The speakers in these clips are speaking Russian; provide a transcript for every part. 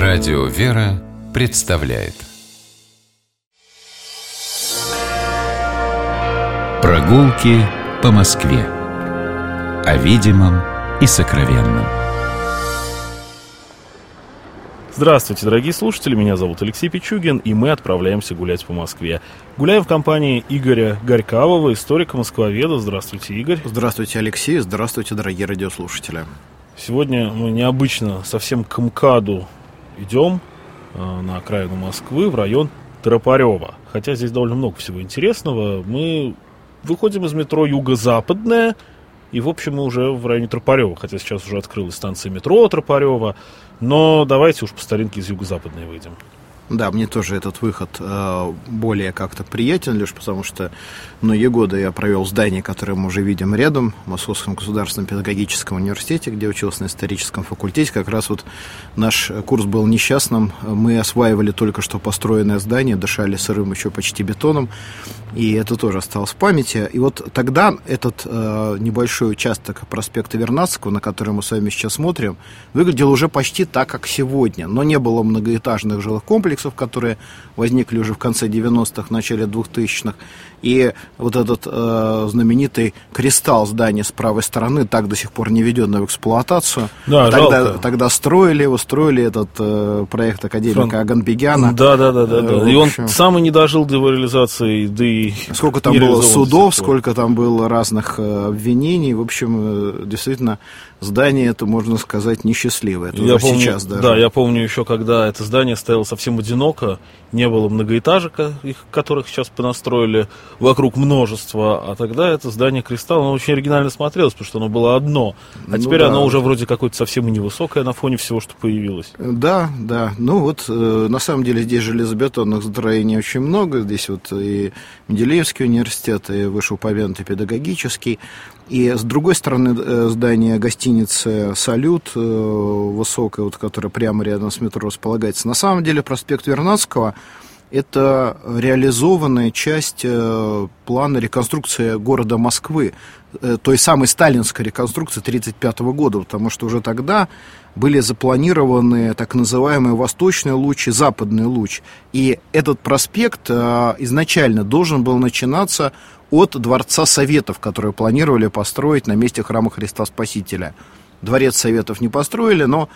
Радио «Вера» представляет прогулки по Москве. О видимом и сокровенном. Здравствуйте, дорогие слушатели, меня зовут Алексей Пичугин, и мы отправляемся гулять по Москве. Гуляем в компании Игоря Горькавого, историка-москвоведа. Здравствуйте, Игорь. Здравствуйте, Алексей. Здравствуйте, дорогие радиослушатели. Сегодня мы необычно совсем к МКАДу идем на окраину Москвы, в район Тропарева. Хотя здесь довольно много всего интересного. Мы выходим из метро Юго-Западное, и, в общем, мы уже в районе Тропарева. Хотя сейчас уже открылась станция метро Тропарева. Но давайте уж по старинке из Юго-Западной выйдем. Да, мне тоже этот выход более как-то приятен, лишь потому что многие годы я провел в здании, которое мы уже видим рядом, в Московском государственном педагогическом университете, где учился на историческом факультете. Как раз вот наш курс был несчастным. Мы осваивали только что построенное здание, дышали сырым еще почти бетоном, и это тоже осталось в памяти. И вот тогда этот небольшой участок проспекта Вернадского, на который мы с вами сейчас смотрим, выглядел уже почти так, как сегодня, но не было многоэтажных жилых комплексов, которые возникли уже в конце 90-х, начале 2000-х. И вот этот знаменитый кристалл здания с правой стороны, так до сих пор не введенный в эксплуатацию. Да, тогда строили этот проект академика Аганбегяна. Да. И он сам и не дожил до его реализации, да и сколько там было судов, сколько там было разных обвинений. В общем, действительно, здание это, можно сказать, несчастливое. Это уже помню, сейчас даже. Да, я помню еще, когда это здание стояло совсем одиноко, не было многоэтажек, которых сейчас понастроили вокруг множества, а тогда это здание «Кристалл», оно очень оригинально смотрелось, потому что оно было одно, а теперь оно уже вроде какое-то совсем и невысокое на фоне всего, что появилось. Да, ну вот, на самом деле здесь железобетонных строений очень много, здесь вот и Менделеевский университет, и вышеупомянутый педагогический, и с другой стороны здание гостиницы «Салют», высокое, вот, которое прямо рядом с метро располагается. На самом деле проспект Вернадского — это реализованная часть плана реконструкции города Москвы, той самой сталинской реконструкции 1935 года, потому что уже тогда были запланированы так называемые восточный луч и западный луч. И этот проспект изначально должен был начинаться от Дворца Советов, который планировали построить на месте храма Христа Спасителя. Дворец Советов не построили, но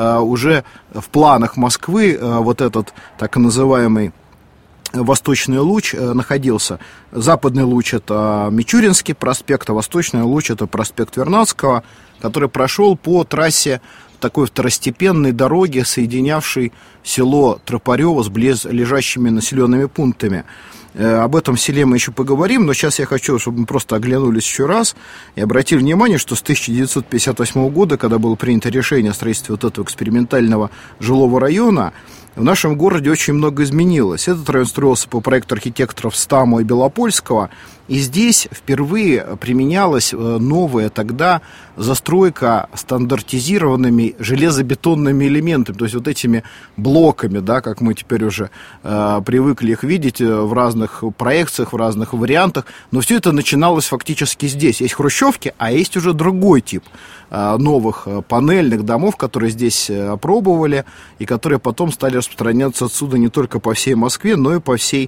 уже в планах Москвы вот этот так называемый восточный луч находился. Западный луч — это Мичуринский проспект, а восточный луч — это проспект Вернадского, который прошел по трассе такой второстепенной дороги, соединявшей село Тропарево с близлежащими населенными пунктами. Об этом селе мы еще поговорим, но сейчас я хочу, чтобы мы просто оглянулись еще раз и обратили внимание, что с 1958 года, когда было принято решение о строительстве вот этого экспериментального жилого района, в нашем городе очень много изменилось. Этот район строился по проекту архитекторов Стамо и Белопольского, и здесь впервые применялась новая тогда застройка стандартизированными железобетонными элементами, то есть вот этими блоками, да, как мы теперь уже привыкли их видеть в разных проекциях, в разных вариантах, но все это начиналось фактически здесь. Есть хрущевки, а есть уже другой тип новых панельных домов, которые здесь опробовали и которые потом стали распространяться отсюда не только по всей Москве, но и по всей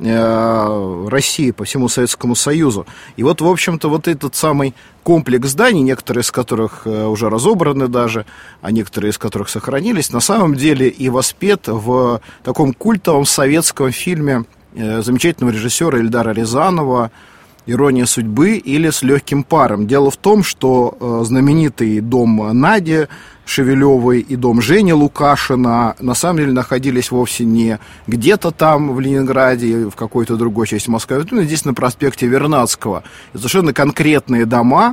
России, по всему Советскому Союзу. И вот, в общем-то, вот этот самый комплекс зданий, некоторые из которых уже разобраны даже, а некоторые из которых сохранились, на самом деле и воспет в таком культовом советском фильме замечательного режиссера Эльдара Рязанова «Ирония судьбы» или «С легким паром». Дело в том, что знаменитый дом Нади Шевелевой и дом Жени Лукашина на самом деле находились вовсе не где-то там в Ленинграде, в какой-то другой части Москвы, а здесь на проспекте Вернадского. Это совершенно конкретные дома.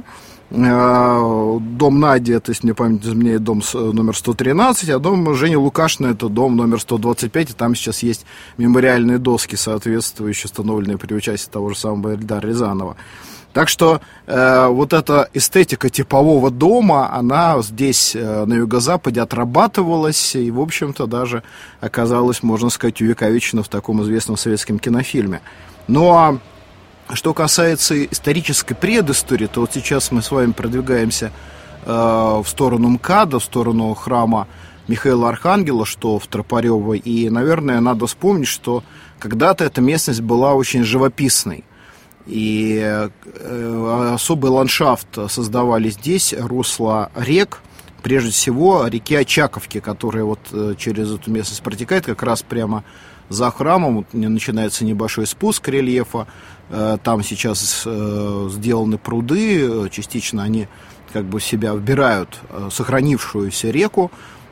Дом Нади, это, если мне память изменяет, дом номер 113, а дом Жени Лукашина — это дом номер 125, и там сейчас есть мемориальные доски, соответствующие, установленные при участии того же самого Эльдара Рязанова. Так что вот эта эстетика типового дома, она здесь на юго-западе отрабатывалась и, в общем-то, даже оказалась, можно сказать, увековечена в таком известном советском кинофильме. Ну а что касается исторической предыстории, то вот сейчас мы с вами продвигаемся в сторону МКАДа, в сторону храма Михаила Архангела, что в Тропарево. И, наверное, надо вспомнить, что когда-то эта местность была очень живописной. И особый ландшафт создавали здесь, русла рек, прежде всего реки Очаковки, которая вот через эту местность протекает, как раз прямо за храмом. Вот начинается небольшой спуск рельефа, там сейчас сделаны пруды, частично они как бы в себя вбирают сохранившуюся реку.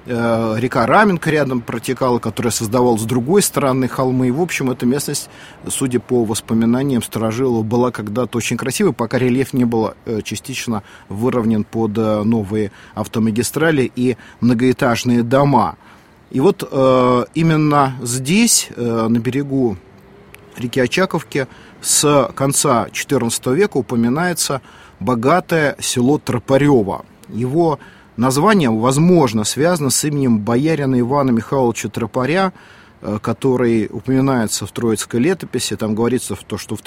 Река Раменка рядом протекала, которая создавала с другой стороны холмы. И, в общем, эта местность, судя по воспоминаниям старожилов, была когда-то очень красивой, пока рельеф не был частично выровнен под новые автомагистрали и многоэтажные дома. И вот именно здесь, на берегу реки Очаковки, с конца XIV века упоминается богатое село Тропарево. Его название, возможно, связано с именем боярина Ивана Михайловича Тропаря, который упоминается в Троицкой летописи. Там говорится, что в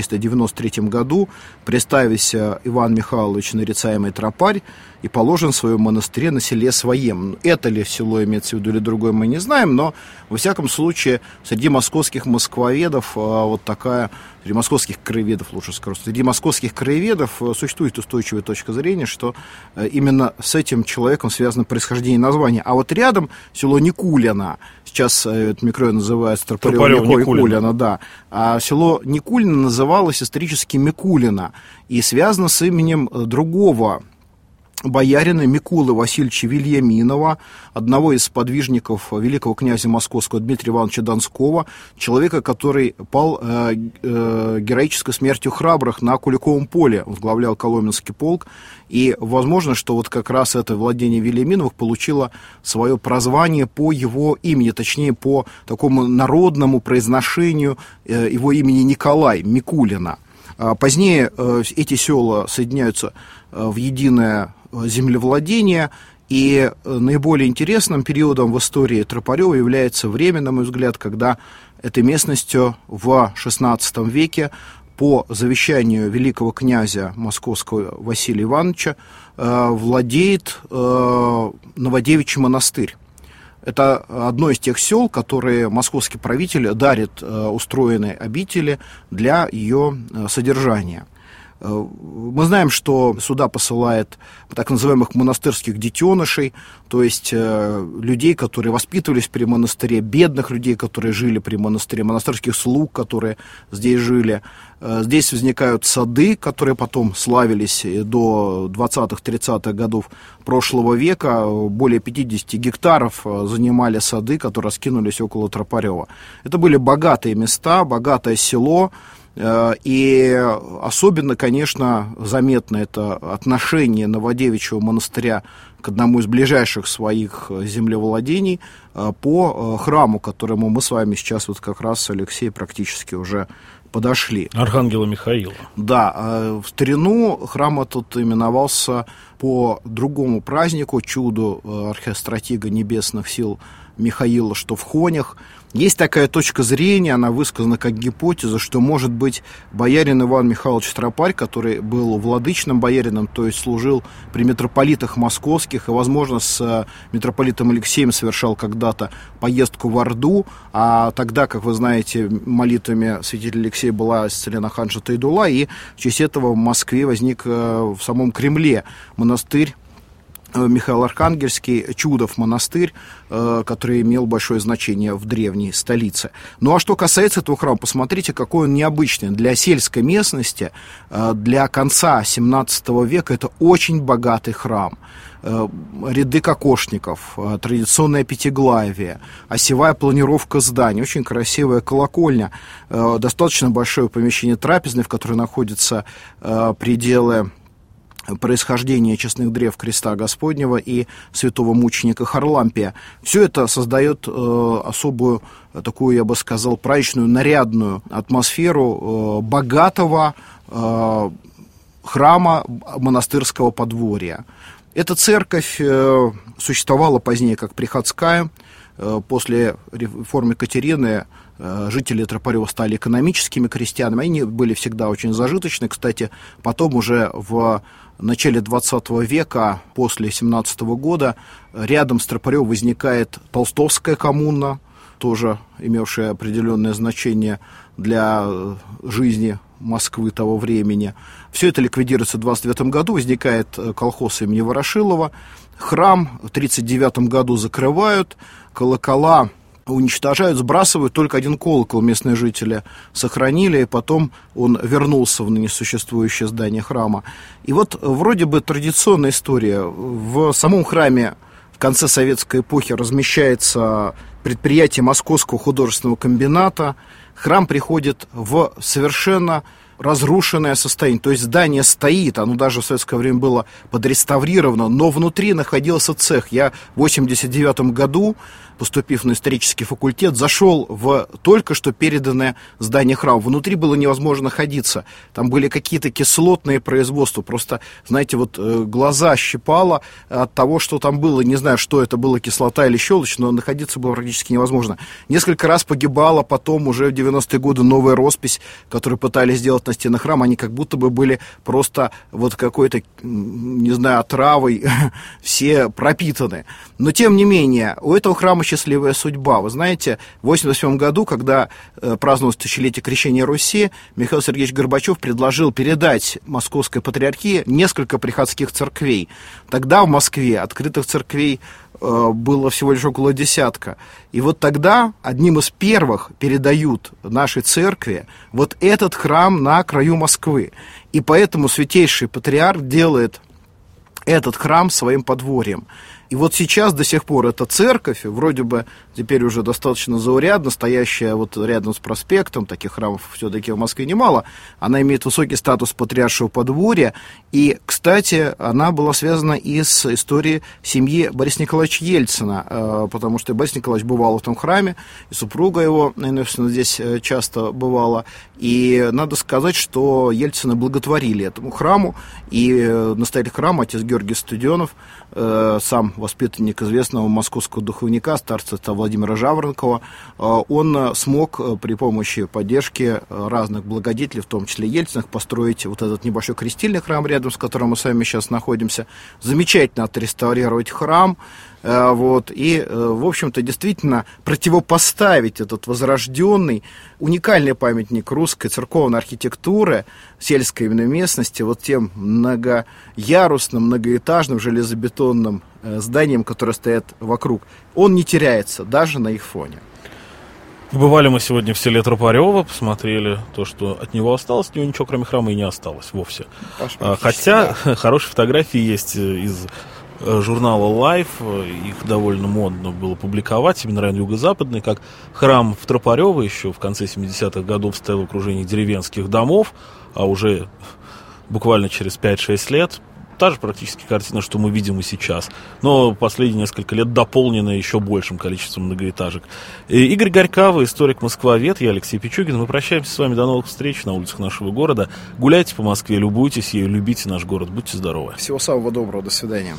1393 году приставился Иван Михайлович, нарицаемый Тропарь, и положен в своем монастыре на селе своем. Это ли село имеется в виду или другое, мы не знаем, но, во всяком случае, среди московских москвоведов вот такая, среди московских краеведов, лучше скажу, среди московских краеведов существует устойчивая точка зрения, что именно с этим человеком связано происхождение названия. А вот рядом село Никулино, сейчас этот микрорайон называется Тропарево-Никулино, да, а село Никулино называлось исторически Микулино и связано с именем другого боярина Микулы Васильевича Вильяминова, одного из сподвижников великого князя московского Дмитрия Ивановича Донского, человека, который пал героической смертью храбрых на Куликовом поле, возглавлял Коломенский полк, и возможно, что вот как раз это владение Вильяминовых получило свое прозвание по его имени, точнее по такому народному произношению его имени Николай Микулина. Позднее эти села соединяются в единое землевладение, и наиболее интересным периодом в истории Тропарева является время, на мой взгляд, когда этой местностью в XVI веке по завещанию великого князя московского Василия Ивановича владеет Новодевичий монастырь. Это одно из тех сел, которые московский правитель дарит устроенной обители для ее содержания. Мы знаем, что сюда посылает так называемых монастырских детенышей, то есть людей, которые воспитывались при монастыре, бедных людей, которые жили при монастыре, монастырских слуг, которые здесь жили. Здесь возникают сады, которые потом славились до 20-30-х годов прошлого века. Более 50 гектаров занимали сады, которые раскинулись около Тропарева. Это были богатые места, богатое село. И особенно, конечно, заметно это отношение Новодевичьего монастыря к одному из ближайших своих землевладений по храму, к которому мы с вами сейчас вот как раз, Алексей, практически уже подошли. Архангела Михаила. Да, в старину храм этот именовался по другому празднику, чуду архистратига небесных сил Михаила, что в Хонях. Есть такая точка зрения, она высказана как гипотеза, что, может быть, боярин Иван Михайлович Тропарь, который был владычным боярином, то есть служил при митрополитах московских, и, возможно, с митрополитом Алексеем совершал когда-то поездку в Орду, а тогда, как вы знаете, молитвами святителя Алексея была исцелена ханша Тайдула, и в честь этого в Москве возник в самом Кремле монастырь Михаил Архангельский, Чудов монастырь, который имел большое значение в древней столице. Ну а что касается этого храма, посмотрите, какой он необычный. Для сельской местности, для конца XVII века это очень богатый храм. Ряды кокошников, традиционное пятиглавие, осевая планировка зданий, очень красивая колокольня, достаточно большое помещение трапезной, в которой находятся пределы происхождения честных древ креста Господнего и святого мученика Харлампия. Все это создает особую, такую, я бы сказал, праздничную, нарядную атмосферу богатого храма монастырского подворья. Эта церковь существовала позднее как приходская. После реформы Екатерины жители Тропарева стали экономическими крестьянами. Они были всегда очень зажиточны. Кстати, потом уже в начале 20 века, после 17 года, рядом с Тропаревым возникает Толстовская коммуна, тоже имевшая определенное значение для жизни Москвы того времени. Все это ликвидируется в 29 году, возникает колхоз имени Ворошилова, храм в 1939 году закрывают, колокола уничтожают, сбрасывают, только один колокол местные жители сохранили, и потом он вернулся в ныне существующее здание храма. И вот вроде бы традиционная история. В самом храме в конце советской эпохи размещается предприятие Московского художественного комбината. Храм приходит в совершенно разрушенное состояние. То есть здание стоит, оно даже в советское время было подреставрировано, но внутри находился цех. Я в 1989 году, поступив на исторический факультет, зашел в только что переданное здание храма. Внутри было невозможно находиться. Там были какие-то кислотные производства. Просто, знаете, вот глаза щипало от того, что там было. Не знаю, что это было, кислота или щелочь, но находиться было практически невозможно. Несколько раз погибала потом уже в 90-е годы новая роспись, которую пытались сделать на стенах храма. Они как будто бы были просто вот какой-то, не знаю, отравой все пропитаны. Но, тем не менее, у этого храма счастливая судьба. Вы знаете, в 1988 году, когда праздновалось тысячелетие крещения Руси, Михаил Сергеевич Горбачев предложил передать Московской патриархии несколько приходских церквей. Тогда в Москве открытых церквей было всего лишь около десятка. И вот тогда одним из первых передают нашей церкви вот этот храм на краю Москвы. И поэтому святейший патриарх делает этот храм своим подворьем. И вот сейчас до сих пор эта церковь, вроде бы теперь уже достаточно заурядно, стоящая вот рядом с проспектом, таких храмов все-таки в Москве немало, она имеет высокий статус патриаршего подворья, и, кстати, она была связана и с историей семьи Бориса Николаевича Ельцина, потому что Борис Николаевич бывал в том храме, и супруга его, наверное, здесь часто бывала, и надо сказать, что Ельцины благотворили этому храму, и настоятель храма, отец Георгий Студенов, сам воспитанник известного московского духовника, старца Владимира Жаворонкова, он смог при помощи поддержки разных благодетелей, в том числе Ельциных, построить вот этот небольшой крестильный храм, рядом с которым мы с вами сейчас находимся, замечательно отреставрировать храм, вот, и, в общем-то, действительно противопоставить этот возрожденный, уникальный памятник русской церковной архитектуры, сельской именно местности, вот тем многоярусным, многоэтажным железобетонным зданиям, которые стоят вокруг. Он не теряется даже на их фоне. Бывали мы сегодня в селе Тропарево, посмотрели то, что от него осталось, от него ничего кроме храма и не осталось вовсе. Хотя хорошие фотографии есть из журнала Life, их довольно модно было публиковать, именно район Юго-Западный, как храм в Тропарево еще в конце 70-х годов стоял в окружении деревенских домов, а уже буквально через 5-6 лет та же практически картина, что мы видим и сейчас, но последние несколько лет дополнена еще большим количеством многоэтажек. Игорь Горькава, историк-москвовед, я Алексей Пичугин. Мы прощаемся с вами, до новых встреч на улицах нашего города. Гуляйте по Москве, любуйтесь ею, любите наш город, будьте здоровы. Всего самого доброго, до свидания.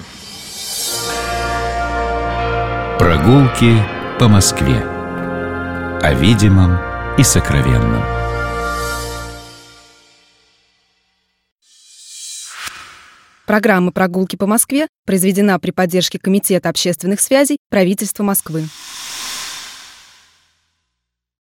Прогулки по Москве. О видимом и сокровенном. Программа «Прогулки по Москве» произведена при поддержке Комитета общественных связей правительства Москвы.